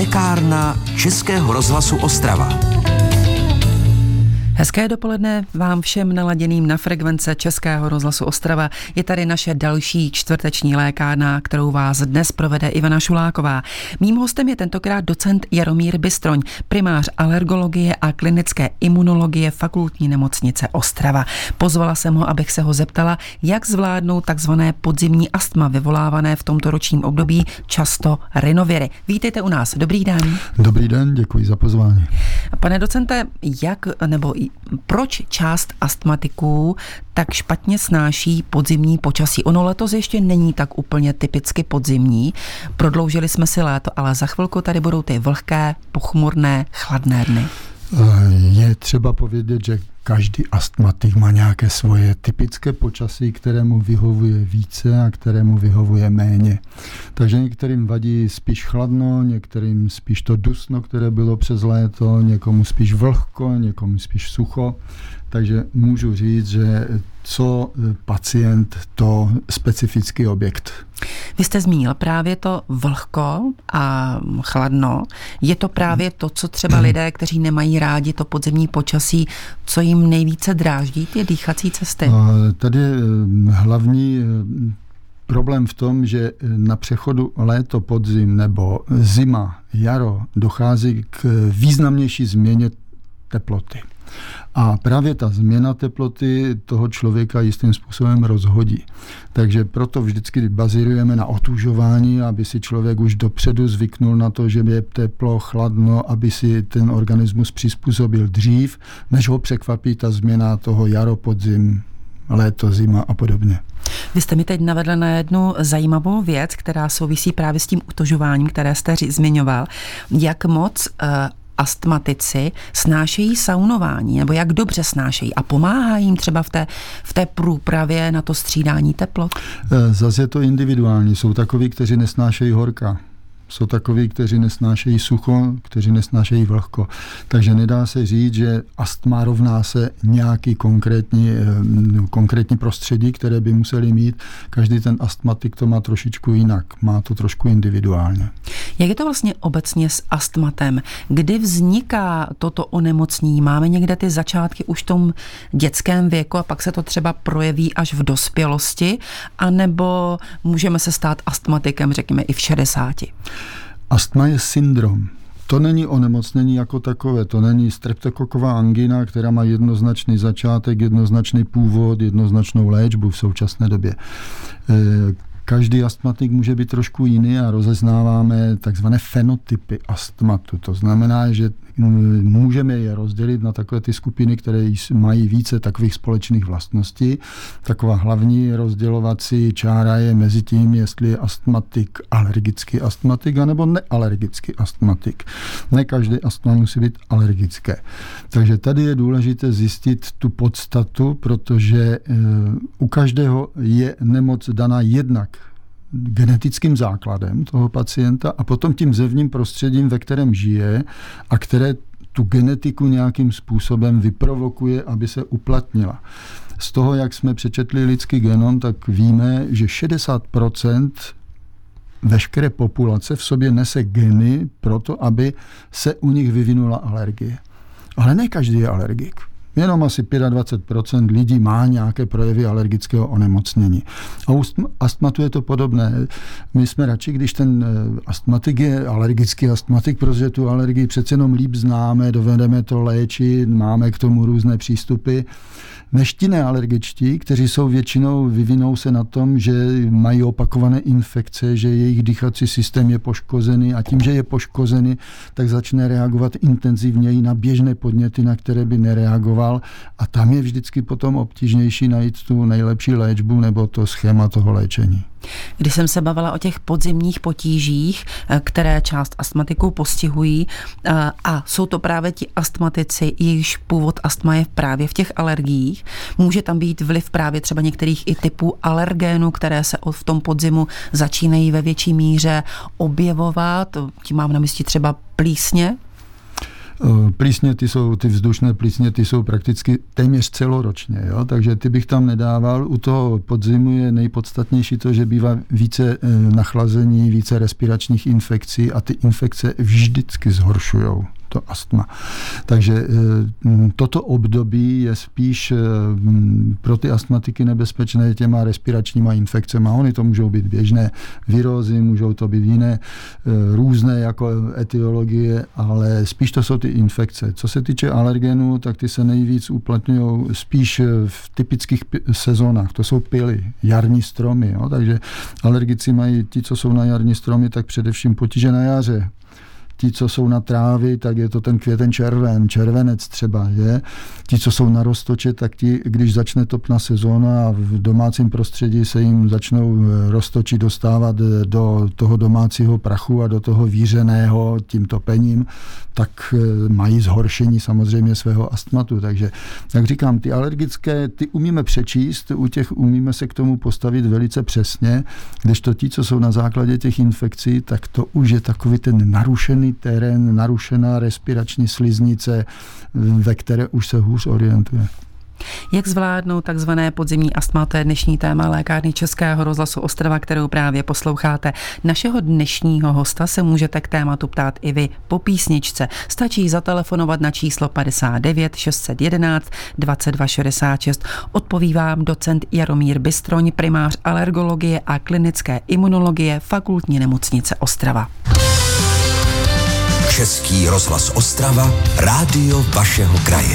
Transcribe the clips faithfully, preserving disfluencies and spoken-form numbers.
Lékárna Českého rozhlasu Ostrava. Hezké dopoledne vám všem naladěným na frekvence Českého rozhlasu Ostrava. Je tady naše další čtvrteční lékárna, kterou vás dnes provede Ivana Šuláková. Mým hostem je tentokrát docent Jaromír Bystroň, primář alergologie a klinické imunologie Fakultní nemocnice Ostrava. Pozvala jsem ho, abych se ho zeptala, jak zvládnout takzvané podzimní astma vyvolávané v tomto ročním období často rinoviry. Vítejte u nás. Dobrý den. Dobrý den, děkuji za pozvání. Pane docente, jak nebo proč část astmatiků tak špatně snáší podzimní počasí? Ono letos ještě není tak úplně typicky podzimní. Prodloužili jsme si léto, ale za chvilku tady budou ty vlhké, pochmurné, chladné dny. Je třeba povědět, že každý astmatik má nějaké svoje typické počasí, kterému vyhovuje více a kterému vyhovuje méně. Takže některým vadí spíš chladno, některým spíš to dusno, které bylo přes léto, někomu spíš vlhko, někomu spíš sucho. Takže můžu říct, že co pacient, to specifický objekt. Vy jste zmínil právě to vlhko a chladno. Je to právě to, co třeba lidé, kteří nemají rádi to podzimní počasí, co jim nejvíce dráždí ty dýchací cesty? Tady je hlavní problém v tom, že na přechodu léto, podzim nebo zima, jaro dochází k významnější změně teploty. A právě ta změna teploty toho člověka jistým způsobem rozhodí. Takže proto vždycky bazírujeme na otužování, aby si člověk už dopředu zvyknul na to, že je teplo, chladno, aby si ten organismus přizpůsobil dřív, než ho překvapí ta změna toho jaro, podzim, léto, zima a podobně. Vy jste mi teď navedl na jednu zajímavou věc, která souvisí právě s tím utužováním, které jste zmiňoval. Jak moc uh, astmatici snášejí saunování, nebo jak dobře snášejí a pomáhá jim třeba v té, v té průpravě na to střídání teplot? Zase je to individuální. Jsou takoví, kteří nesnášejí horka. Jsou takoví, kteří nesnášejí sucho, kteří nesnášejí vlhko. Takže nedá se říct, že astma rovná se nějaký konkrétní, konkrétní prostředí, které by museli mít. Každý ten astmatik to má trošičku jinak. Má to trošku individuálně. Jak je to vlastně obecně s astmatem? Kdy vzniká toto onemocnění? Máme někde ty začátky už v tom dětském věku a pak se to třeba projeví až v dospělosti? A nebo můžeme se stát astmatikem, řekněme, i v šedesáti? Astma je syndrom. To není onemocnění jako takové, to není streptokoková angina, která má jednoznačný začátek, jednoznačný původ, jednoznačnou léčbu v současné době. Každý astmatik může být trošku jiný a rozeznáváme takzvané fenotypy astmatu. To znamená, že můžeme je rozdělit na takové ty skupiny, které mají více takových společných vlastností. Taková hlavní rozdělovací čára je mezi tím, jestli je astmatik alergický astmatik anebo nealergický astmatik. Ne každý astma musí být alergické. Takže tady je důležité zjistit tu podstatu, protože u každého je nemoc daná jednak genetickým základem toho pacienta a potom tím zevním prostředím, ve kterém žije a které tu genetiku nějakým způsobem vyprovokuje, aby se uplatnila. Z toho, jak jsme přečetli lidský genom, tak víme, že šedesát procent veškeré populace v sobě nese geny proto, aby se u nich vyvinula alergie. Ale ne každý je alergik. Jenom asi dvacet pět procent lidí má nějaké projevy alergického onemocnění. A u astmatu je to podobné. My jsme radši, když ten astmatik je alergický astmatik, protože tu alergii přece jenom líp známe, dovedeme to léčit, máme k tomu různé přístupy, než ti nealergičtí, kteří jsou většinou, vyvinou se na tom, že mají opakované infekce, že jejich dýchací systém je poškozený a tím, že je poškozený, tak začne reagovat intenzivněji na běžné podněty, na které by nereagoval a tam je vždycky potom obtížnější najít tu nejlepší léčbu nebo to schéma toho léčení. Když jsem se bavila o těch podzimních potížích, které část astmatiků postihují, a jsou to právě ti astmatici, jejichž původ astma je právě v těch alergiích, může tam být vliv právě třeba některých i typů alergénů, které se v tom podzimu začínají ve větší míře objevovat. Tím mám na mysli třeba plísně. Plísně, ty jsou, ty vzdušné plísně, ty jsou prakticky téměř celoročně, jo? Takže ty bych tam nedával. U toho podzimu je nejpodstatnější to, že bývá více nachlazení, více respiračních infekcí a ty infekce vždycky zhoršujou to astma. Takže toto období je spíš pro ty astmatiky nebezpečné těma respiračníma infekcemi. Ony to můžou být běžné virózy, můžou to být jiné různé jako etiologie, ale spíš to jsou ty infekce. Co se týče alergenů, tak ty se nejvíc uplatňují spíš v typických sezónách. To jsou pily, jarní stromy. Jo? Takže alergici mají ti, co jsou na jarní stromy, tak především potíže na jaře. Ti, co jsou na trávy, tak je to ten květen červen, červenec třeba, že? Ti, co jsou na roztoče, tak ti, když začne topná sezóna a v domácím prostředí se jim začnou roztoči dostávat do toho domácího prachu a do toho vířeného tím topením, tak mají zhoršení samozřejmě svého astmatu. Takže, jak říkám, ty alergické, ty umíme přečíst, u těch umíme se k tomu postavit velice přesně, kdežto ti, co jsou na základě těch infekcí, tak to už je takový ten narušený terén, narušená respirační sliznice, ve které už se hůř orientuje. Jak zvládnout takzvané podzimní astma, to je dnešní téma lékárny Českého rozhlasu Ostrava, kterou právě posloucháte. Našeho dnešního hosta se můžete k tématu ptát i vy po písničce. Stačí zatelefonovat na číslo padesát devět šest set jedenáct dvacet dva šedesát šest. Odpoví vám docent Jaromír Bystroň, primář alergologie a klinické imunologie Fakultní nemocnice Ostrava. Český rozhlas Ostrava, rádio vašeho kraje.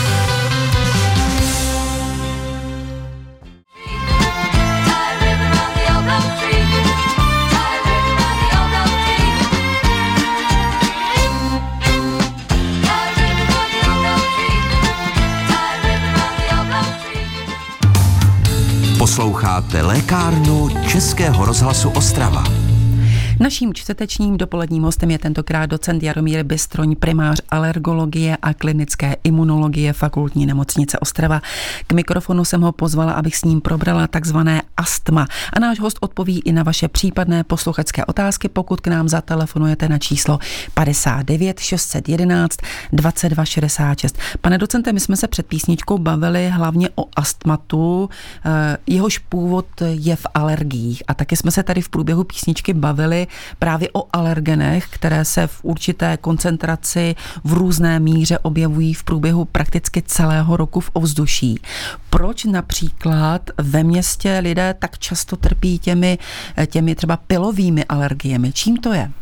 Posloucháte lékárnu Českého rozhlasu Ostrava. Naším čtvrtečním dopoledním hostem je tentokrát docent Jaromír Bystroň, primář alergologie a klinické imunologie Fakultní nemocnice Ostrava. K mikrofonu jsem ho pozvala, abych s ním probrala takzvané astma. A náš host odpoví i na vaše případné posluchačské otázky, pokud k nám zatelefonujete na číslo padesát devět šest set jedenáct dvacet dva šedesát šest. Pane docente, my jsme se před písničkou bavili hlavně o astmatu, jehož původ je v alergiích. A taky jsme se tady v průběhu písničky bavili právě o alergenech, které se v určité koncentraci v různé míře objevují v průběhu prakticky celého roku v ovzduší. Proč například ve městě lidé tak často trpí těmi, těmi třeba pilovými alergiemi? Čím to je?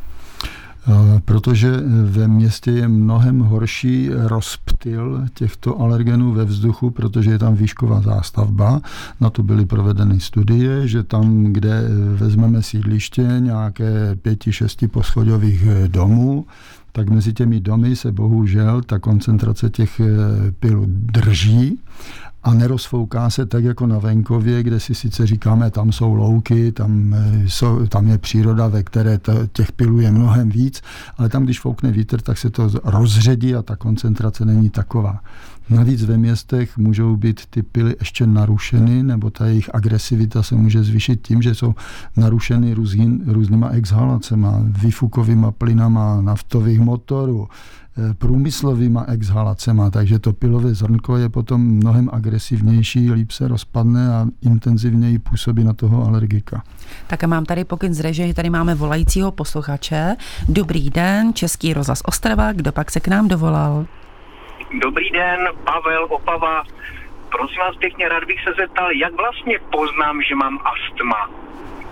Protože ve městě je mnohem horší rozptyl těchto alergenů ve vzduchu, protože je tam výšková zástavba. Na to byly provedeny studie, že tam, kde vezmeme sídliště nějaké pěti, šesti poschodových domů, tak mezi těmi domy se bohužel ta koncentrace těch pilů drží a nerozfouká se tak jako na venkově, kde si sice říkáme, tam jsou louky, tam, jsou, tam je příroda, ve které to, těch pilů je mnohem víc, ale tam, když foukne vítr, tak se to rozředí a ta koncentrace není taková. Navíc ve městech můžou být ty pily ještě narušeny, nebo ta jejich agresivita se může zvýšit tím, že jsou narušeny různý, různýma exhalacema, výfukovýma plynama naftových motorů, průmyslovýma exhalacema, takže to pilové zrnko je potom mnohem agresivnější, líp se rozpadne a intenzivněji působí na toho alergika. Tak a mám tady pokyn z režie, že tady máme volajícího posluchače. Dobrý den, Český rozhlas Ostrava, kdo pak se k nám dovolal? Dobrý den, Pavel Opava. Prosím vás pěkně, rád bych se zeptal, jak vlastně poznám, že mám astma?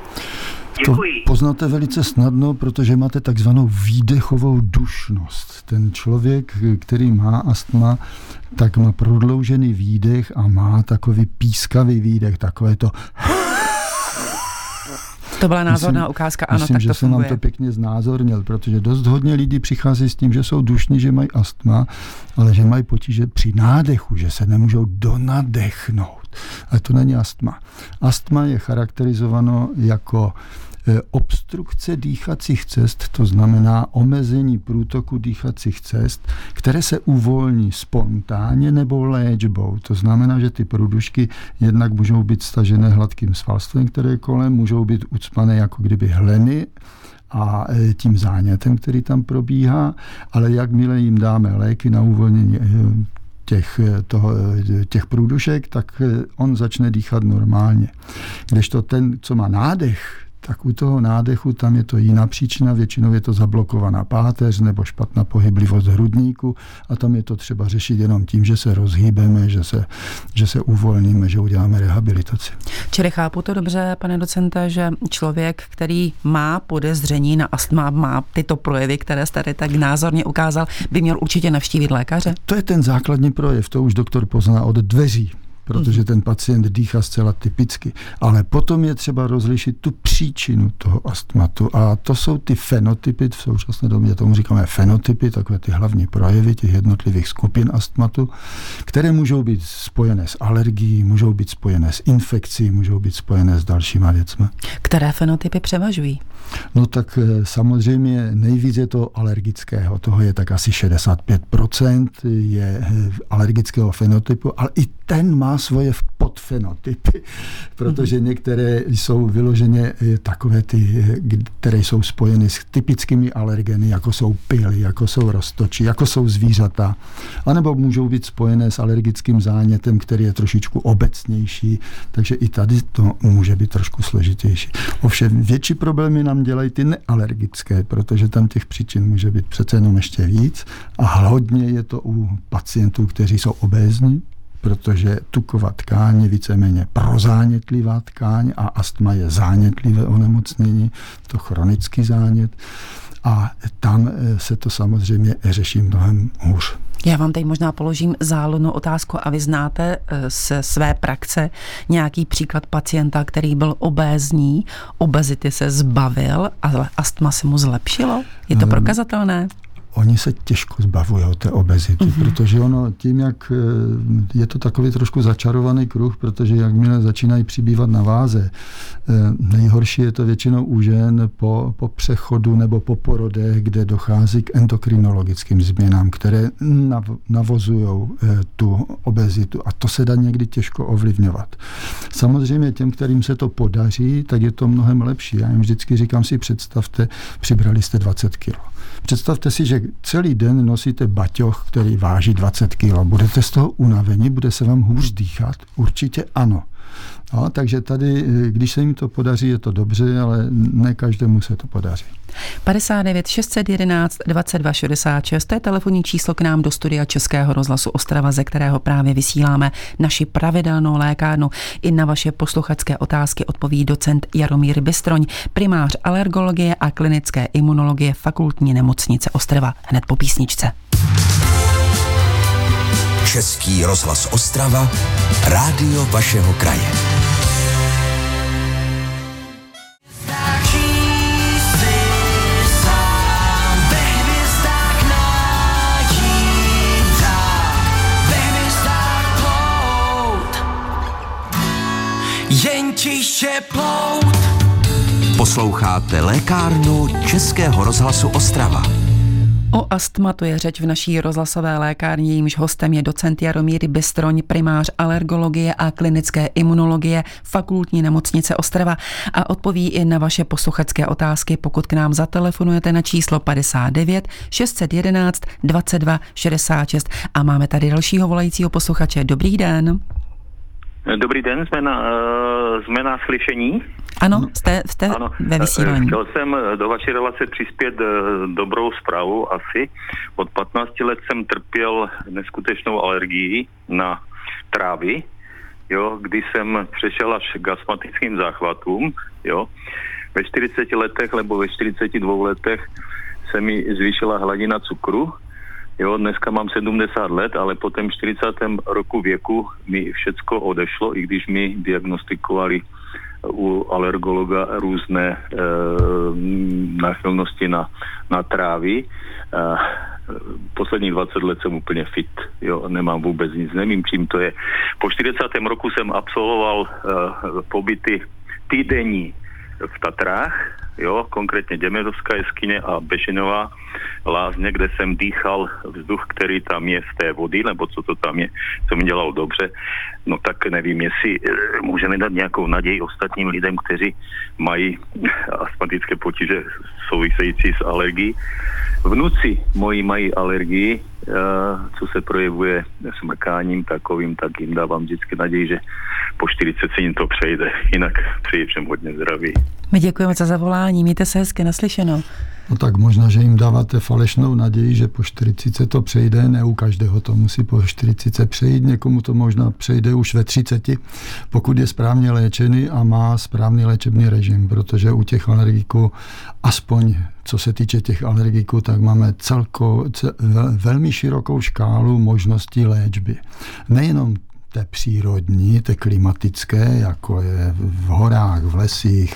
Děkuji. To poznáte velice snadno, protože máte takzvanou výdechovou dušnost. Ten člověk, který má astma, tak má prodloužený výdech a má takový pískavý výdech, takové to... To byla názorná myslím, ukázka, ano, myslím, tak to že funguje. jsem vám to pěkně znázornil, protože dost hodně lidí přichází s tím, že jsou dušní, že mají astma, ale že mají potíže při nádechu, že se nemůžou donadechnout. Ale to není astma. Astma je charakterizováno jako obstrukce dýchacích cest, to znamená omezení průtoku dýchacích cest, které se uvolní spontánně nebo léčbou. To znamená, že ty průdušky jednak můžou být stažené hladkým svalstvem, které je kolem, můžou být ucpané jako kdyby hleny, a tím zánětem, který tam probíhá, ale jakmile jim dáme léky na uvolnění těch, toho, těch průdušek, tak on začne dýchat normálně. Kdežto ten, co má nádech, tak u toho nádechu tam je to jiná příčina, většinou je to zablokovaná páteř nebo špatná pohyblivost hrudníku a tam je to třeba řešit jenom tím, že se rozhýbeme, že se, že se uvolníme, že uděláme rehabilitaci. Čili chápu to dobře, pane docente, že člověk, který má podezření na astma, má tyto projevy, které jste tady tak názorně ukázal, by měl určitě navštívit lékaře? To je ten základní projev, to už doktor pozná od dveří, protože ten pacient dýchá zcela typicky. Ale potom je třeba rozlišit tu příčinu toho astmatu a to jsou ty fenotypy, v současné době tomu říkáme fenotypy, takové ty hlavní projevy těch jednotlivých skupin astmatu, které můžou být spojené s alergií, můžou být spojené s infekcí, můžou být spojené s dalšíma věcmi. Které fenotypy převažují? No tak samozřejmě nejvíc je to alergického, toho je tak asi šedesát pět procent je alergického fenotypu, ale i ten má svoje podfenotypy, protože některé jsou vyloženě takové ty, které jsou spojeny s typickými alergeny, jako jsou pily, jako jsou roztoči, jako jsou zvířata, anebo můžou být spojené s alergickým zánětem, který je trošičku obecnější, takže i tady to může být trošku složitější. Ovšem větší problémy nám dělají ty nealergické, protože tam těch příčin může být přece jenom ještě víc a hodně je to u pacientů, kteří jsou obézní, protože tuková tkáň je víceméně prozánětlivá tkáň a astma je zánětlivé onemocnění, to chronický zánět a tam se to samozřejmě řeší mnohem hůř. Já vám teď možná položím záludnou otázku a vy znáte ze své praxe nějaký příklad pacienta, který byl obézní, obezity se zbavil, ale astma se mu zlepšilo? Je to prokazatelné? Oni se těžko zbavují té obezity, mm-hmm. protože ono tím, jak je to takový trošku začarovaný kruh, protože jakmile začínají přibývat na váze, nejhorší je to většinou u žen po, po přechodu nebo po porodech, kde dochází k endokrinologickým změnám, které nav, navozují tu obezitu a to se dá někdy těžko ovlivňovat. Samozřejmě těm, kterým se to podaří, tak je to mnohem lepší. Já jim vždycky říkám, si představte, přibrali jste dvacet kilo. Představte si, že celý den nosíte baťoch, který váží dvacet kilo. Budete z toho unaveni, bude se vám hůř dýchat? Určitě ano. No, takže tady, když se jim to podaří, je to dobře, ale ne každému se to podaří. padesát devět šest set jedenáct dvacet dva šedesát šest, to je telefonní číslo k nám do studia Českého rozhlasu Ostrava, ze kterého právě vysíláme naši pravidelnou lékárnu. I na vaše posluchačské otázky odpoví docent Jaromír Bystroň, primář alergologie a klinické imunologie Fakultní nemocnice Ostrava. Hned po písničce. Český rozhlas Ostrava, rádio vašeho kraje. Jen tiše plout. Posloucháte lékárnu Českého rozhlasu Ostrava. O astmatu je řeč v naší rozhlasové lékárně, jejímž hostem je docent Jaromír Bystroň, primář alergologie a klinické imunologie Fakultní nemocnice Ostrava a odpoví i na vaše posluchačské otázky, pokud k nám zatelefonujete na číslo padesát devět šest set jedenáct dvacet dva šedesát šest a máme tady dalšího volajícího posluchače. Dobrý den. Dobrý den, jsme na, jsme na slyšení. Ano, jste, jste ano, ve vysílání. Chtěl jsem do vaší relace přispět dobrou zprávu asi. Od patnácti let jsem trpěl neskutečnou alergií na trávy, jo, kdy jsem přešel až k astmatickým záchvatům. Jo. Ve čtyřiceti letech nebo ve čtyřiceti dvou letech se mi zvýšila hladina cukru. Jo, dneska mám sedmdesát let, ale po tom čtyřicátém roku věku mi všecko odešlo, i když mi diagnostikovali u alergologa různé e, náchylnosti na, na trávy. E, posledních dvacet let jsem úplně fit, jo, nemám vůbec nic, nevím, čím to je. Po čtyřicátém roku jsem absolvoval e, pobyty týdenní v Tatrách, jo, konkrétně Děmedovská jeskyně a Bešenová lázně, kde jsem dýchal vzduch, který tam je z té vody, nebo co to tam je, co mi dělalo dobře. No tak nevím, jestli můžeme dát nějakou naději ostatním lidem, kteří mají astmatické potíže související s alergií. Vnuci moji mají alergii, co se projevuje smrkáním takovým, tak jim dávám vždycky naději, že po čtyřiceti jim to přejde. Jinak přeji všem hodně zdraví. My děkujeme za zavolání, mějte se hezky, naslyšeno. No tak možná, že jim dáváte falešnou naději, že po čtyřiceti to přejde, ne u každého to musí po čtyřiceti přejít, někomu to možná přejde už ve třiceti, pokud je správně léčený a má správný léčebný režim, protože u těch alergiků, aspoň co se týče těch alergiků, tak máme celko, cel, velmi širokou škálu možností léčby. Nejenom té přírodní, té klimatické, jako je v horách, v lesích,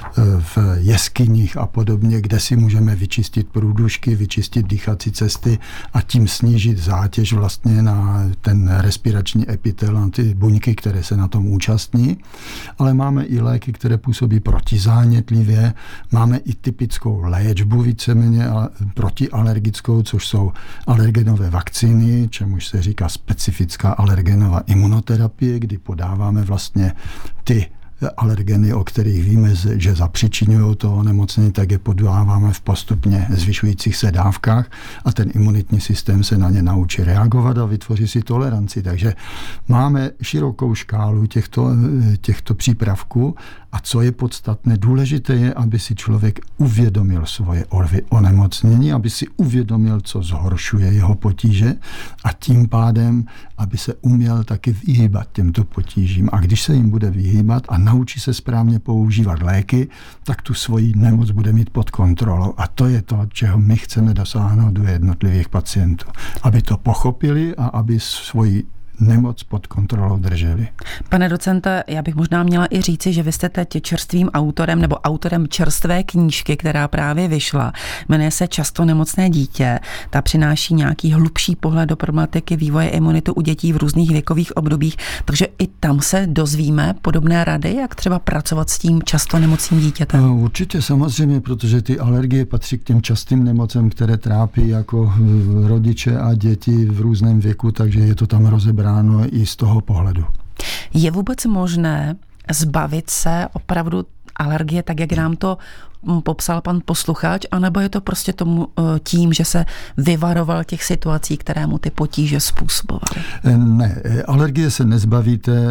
v jeskyních a podobně, kde si můžeme vyčistit průdušky, vyčistit dýchací cesty a tím snížit zátěž vlastně na ten respirační epitel, na ty buňky, které se na tom účastní. Ale máme i léky, které působí protizánětlivě, máme i typickou léčbu víceméně protialergickou, což jsou alergenové vakcíny, čemuž se říká specifická alergenová imunoterapie, kdy podáváme vlastně ty alergeny, o kterých víme, že zapřičiňují to onemocnění, tak je podáváme v postupně zvyšujících se dávkách a ten imunitní systém se na ně naučí reagovat a vytvoří si toleranci. Takže máme širokou škálu těchto, těchto přípravků a co je podstatné, důležité je, aby si člověk uvědomil svoje onemocnění, aby si uvědomil, co zhoršuje jeho potíže a tím pádem, aby se uměl taky vyhýbat těmto potížím. A když se jim bude vyhýbat a naučí se správně používat léky, tak tu svoji nemoc bude mít pod kontrolou. A to je to, čeho my chceme dosáhnout u jednotlivých pacientů. Aby to pochopili a aby svoji nemoc pod kontrolou drželi. Pane docente, já bych možná měla i říci, že vy jste teď čerstvým autorem nebo autorem čerstvé knížky, která právě vyšla. Jmenuje se Často nemocné dítě. Ta přináší nějaký hlubší pohled do problematiky vývoje imunity u dětí v různých věkových obdobích, takže i tam se dozvíme podobné rady, jak třeba pracovat s tím často nemocným dítětem. No, určitě samozřejmě, protože ty alergie patří k těm častým nemocem, které trápí jako rodiče a děti v různém věku, takže je to tam rozebráno i z toho pohledu. Je vůbec možné zbavit se opravdu alergie, tak jak nám to popsal pan posluchač, anebo je to prostě tomu tím, že se vyvaroval těch situací, které mu ty potíže způsobovaly? Ne, alergie se nezbavíte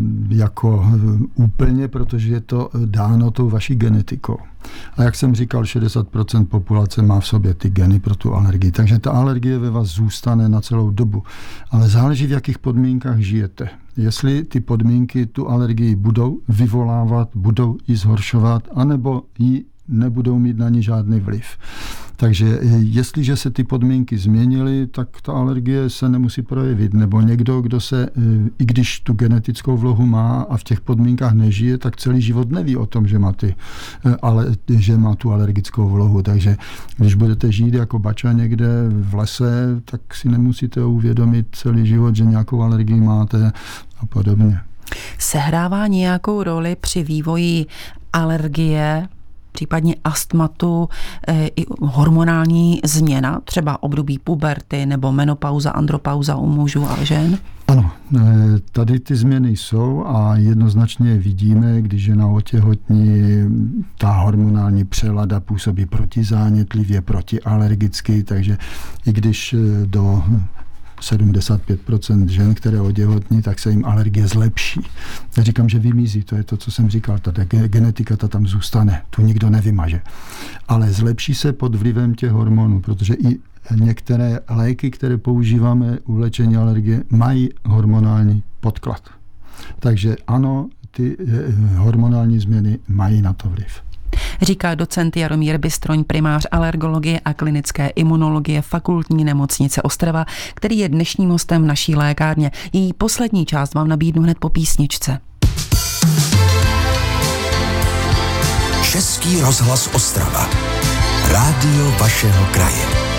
jako úplně, protože je to dáno tou vaší genetikou. A jak jsem říkal, šedesát procent populace má v sobě ty geny pro tu alergii, takže ta alergie ve vás zůstane na celou dobu. Ale záleží, v jakých podmínkách žijete. Jestli ty podmínky tu alergii budou vyvolávat, budou ji zhoršovat, anebo ji nebudou mít na ní žádný vliv. Takže jestliže se ty podmínky změnily, tak ta alergie se nemusí projevit. Nebo někdo, kdo se, i když tu genetickou vlohu má a v těch podmínkách nežije, tak celý život neví o tom, že má, ty, ale, že má tu alergickou vlohu. Takže když budete žít jako bača někde v lese, tak si nemusíte uvědomit celý život, že nějakou alergii máte a podobně. Sehrává nějakou roli při vývoji alergie, případně astmatu, i hormonální změna, třeba období puberty nebo menopauza, andropauza u mužů a žen? Ano, tady ty změny jsou a jednoznačně vidíme, když žena otěhotní, ta hormonální přelada působí protizánětlivě, protialergicky, takže i když do sedmdesát pět procent žen, které otěhotní, tak se jim alergie zlepší. Já říkám, že vymizí, to je to, co jsem říkal, ta genetika ta tam zůstane, tu nikdo nevymaže. Ale zlepší se pod vlivem těch hormonů, protože i některé léky, které používáme u léčení alergie, mají hormonální podklad. Takže ano, ty hormonální změny mají na to vliv. Říká docent Jaromír Bystroň, primář alergologie a klinické imunologie Fakultní nemocnice Ostrava, který je dnešním hostem naší lékárně. Její poslední část vám nabídnu hned po písničce. Český rozhlas Ostrava. Rádio vašeho kraje.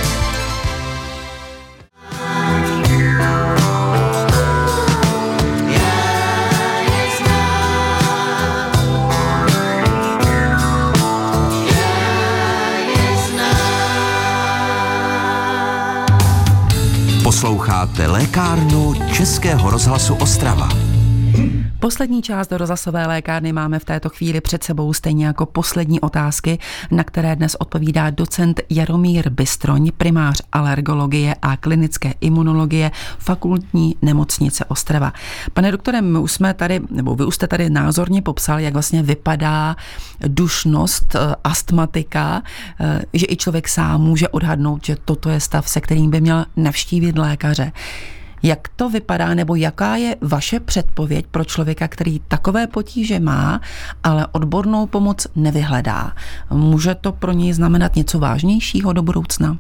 Posloucháte lékárnu Českého rozhlasu Ostrava. Poslední část do rozhlasové lékárny máme v této chvíli před sebou, stejně jako poslední otázky, na které dnes odpovídá docent Jaromír Bystroň, primář alergologie a klinické imunologie Fakultní nemocnice Ostrava. Pane doktore, my už jsme tady, nebo vy už jste tady názorně popsal, jak vlastně vypadá dušnost astmatika, že i člověk sám může odhadnout, že toto je stav, se kterým by měl navštívit lékaře. Jak to vypadá, nebo jaká je vaše předpověď pro člověka, který takové potíže má, ale odbornou pomoc nevyhledá? Může to pro něj znamenat něco vážnějšího do budoucna?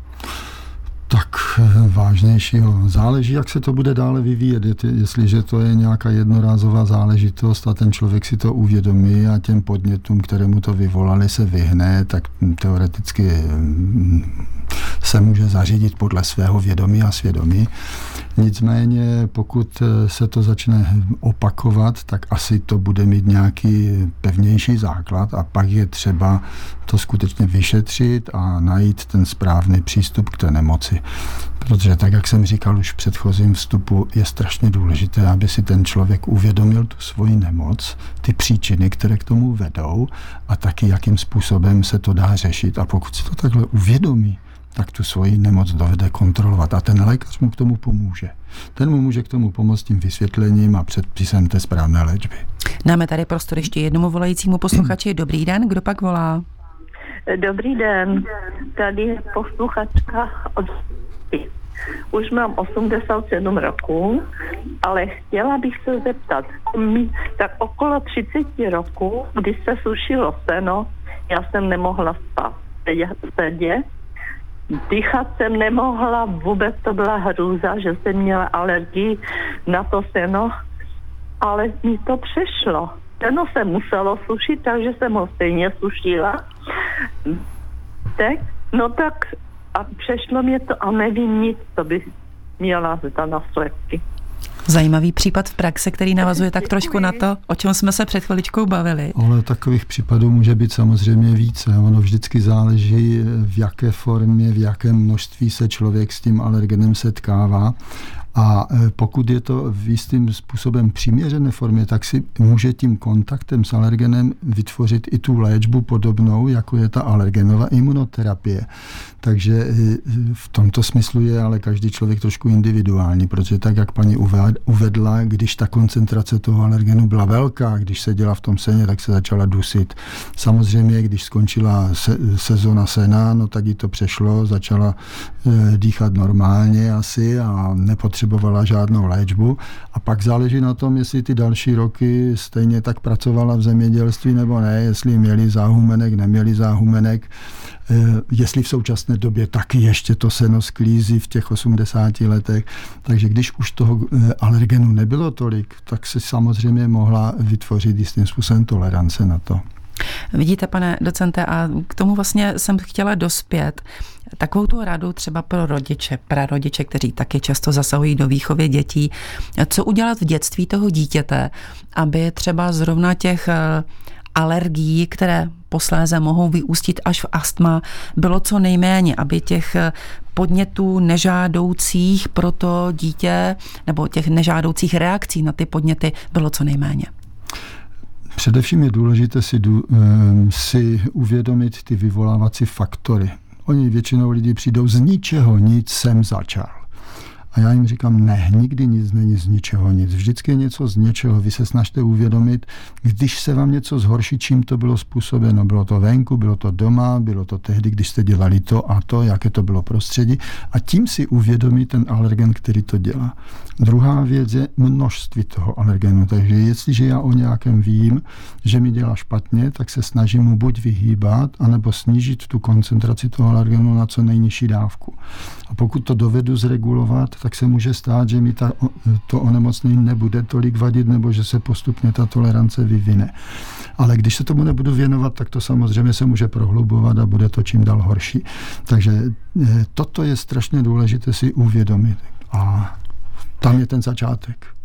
Tak vážnějšího. Záleží, jak se to bude dále vyvíjet. Jestliže to je nějaká jednorázová záležitost a ten člověk si to uvědomí a těm podnětům, které mu to vyvolali, se vyhne, tak teoreticky se může zařídit podle svého vědomí a svědomí. Nicméně, pokud se to začne opakovat, tak asi to bude mít nějaký pevnější základ a pak je třeba to skutečně vyšetřit a najít ten správný přístup k té nemoci. Protože tak, jak jsem říkal už v předchozím vstupu, je strašně důležité, aby si ten člověk uvědomil tu svoji nemoc, ty příčiny, které k tomu vedou a taky, jakým způsobem se to dá řešit. A pokud si to takhle uvědomí, tak tu svoji nemoc dovede kontrolovat. A ten lékař mu k tomu pomůže. Ten mu může k tomu pomoct tím vysvětlením a předpisem té správné léčby. Dáme tady prostor ještě jednomu volajícímu posluchači. Dobrý den, kdo pak volá? Dobrý den, tady je posluchačka od... Už mám osmdesát sedm roků, ale chtěla bych se zeptat, mi tak okolo třicet roků, když se sušilo seno, já jsem nemohla spát, sedět, dýchat jsem nemohla, vůbec to byla hrůza, že jsem měla alergii na to seno, ale mi to přešlo. Seno se muselo sušit, takže jsem ho stejně sušila. Tak, no tak a přešlo mě to a nevím nic, co by měla za následky. Zajímavý případ v praxi, který navazuje tak trošku na to, o čem jsme se před chviličkou bavili. Ale takových případů může být samozřejmě více. Ono vždycky záleží, v jaké formě, v jakém množství se člověk s tím alergenem setkává. A pokud je to v jistým způsobem přiměřené formě, tak si může tím kontaktem s alergenem vytvořit i tu léčbu podobnou, jako je ta alergenová imunoterapie. Takže v tomto smyslu je ale každý člověk trošku individuální, protože tak, jak paní uvedla, když ta koncentrace toho alergenu byla velká, když seděla v tom seně, tak se začala dusit. Samozřejmě, když skončila se, sezona sena, no tak jí to přešlo, začala e, dýchat normálně asi a nepotřebovala žádnou léčbu. A pak záleží na tom, jestli ty další roky stejně tak pracovala v zemědělství nebo ne, jestli měli záhumenek, neměli záhumenek, e, jestli v současné době taky ještě to seno sklízí v těch osmdesáti letech. Takže když už toho alergenu nebylo tolik, tak se samozřejmě mohla vytvořit jistým způsobem tolerance na to. Vidíte, pane docente, a k tomu vlastně jsem chtěla dospět takovou tu radu třeba pro rodiče, prarodiče, kteří taky často zasahují do výchovy dětí. Co udělat v dětství toho dítěte, aby třeba zrovna těch alergií, které posléze mohou vyústit až v astma, bylo co nejméně, aby těch podnětů nežádoucích pro to dítě nebo těch nežádoucích reakcí na ty podněty bylo co nejméně. Především je důležité si, si uvědomit ty vyvolávací faktory. Oni většinou lidi přijdou z ničeho nic jsem začal. A já jim říkám, ne, nikdy nic není z ničeho nic. Vždycky je něco z něčeho. Vy se snažte uvědomit, když se vám něco zhorší, čím to bylo způsobeno. Bylo to venku, bylo to doma, bylo to tehdy, když jste dělali to a to, jaké to bylo prostředí. A tím si uvědomí ten alergen, který to dělá. Druhá věc je množství toho alergenu. Takže jestliže já o nějakém vím, že mi dělá špatně, tak se snažím mu buď vyhýbat, anebo snížit tu koncentraci toho alergenu na co nejnižší dávku. A pokud to dovedu zregulovat, tak se může stát, že mi ta, to onemocnění nebude tolik vadit, nebo že se postupně ta tolerance vyvine. Ale když se tomu nebudu věnovat, tak to samozřejmě se může prohlubovat a bude to čím dál horší. Takže toto je strašně důležité si uvědomit. A tam je ten začátek.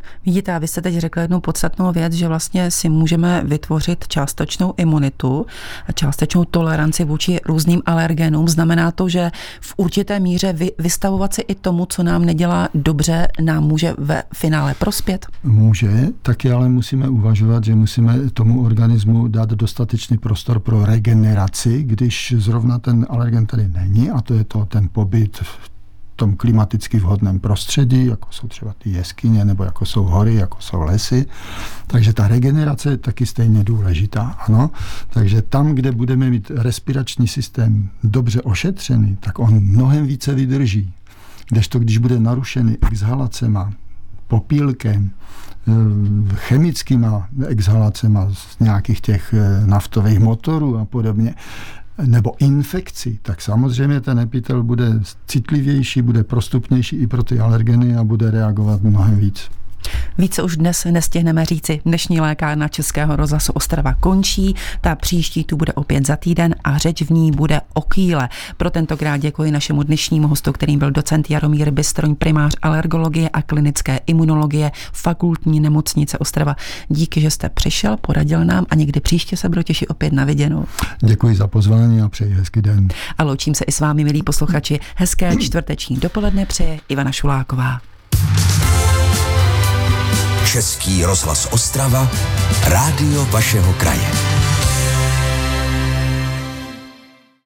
Vidíte, a vy jste teď řekl jednu podstatnou věc, že vlastně si můžeme vytvořit částečnou imunitu, částečnou toleranci vůči různým alergenům. Znamená to, že v určité míře vy, vystavovat se i tomu, co nám nedělá dobře, nám může ve finále prospět? Může, taky ale musíme uvažovat, že musíme tomu organismu dát dostatečný prostor pro regeneraci, když zrovna ten alergen tady není, a to je to ten pobyt v tom klimaticky vhodném prostředí, jako jsou třeba ty jeskyně, nebo jako jsou hory, jako jsou lesy. Takže ta regenerace je taky stejně důležitá, ano. Takže tam, kde budeme mít respirační systém dobře ošetřený, tak on mnohem více vydrží. Kdežto, když bude narušený exhalacema, popílkem, chemickýma exhalacema z nějakých těch naftových motorů a podobně, nebo infekci, tak samozřejmě ten epitel bude citlivější, bude prostupnější i pro ty alergeny a bude reagovat mnohem víc. Více už dnes nestihneme říci. Dnešní lékárna Českého rozhlasu Ostrava končí, ta příští tu bude opět za týden a řeč v ní bude o kýle. Pro tentokrát děkuji našemu dnešnímu hostu, kterým byl docent Jaromír Bystroň, primář alergologie a klinické imunologie Fakultní nemocnice Ostrava. Díky, že jste přišel, poradil nám a někdy příště se budu těšit opět na viděnou. Děkuji za pozvání a přeji hezký den. A loučím se i s vámi, milí posluchači. Hezké čtvrteční dopoledne přeje Ivana Šuláková. Český rozhlas Ostrava, rádio vašeho kraje.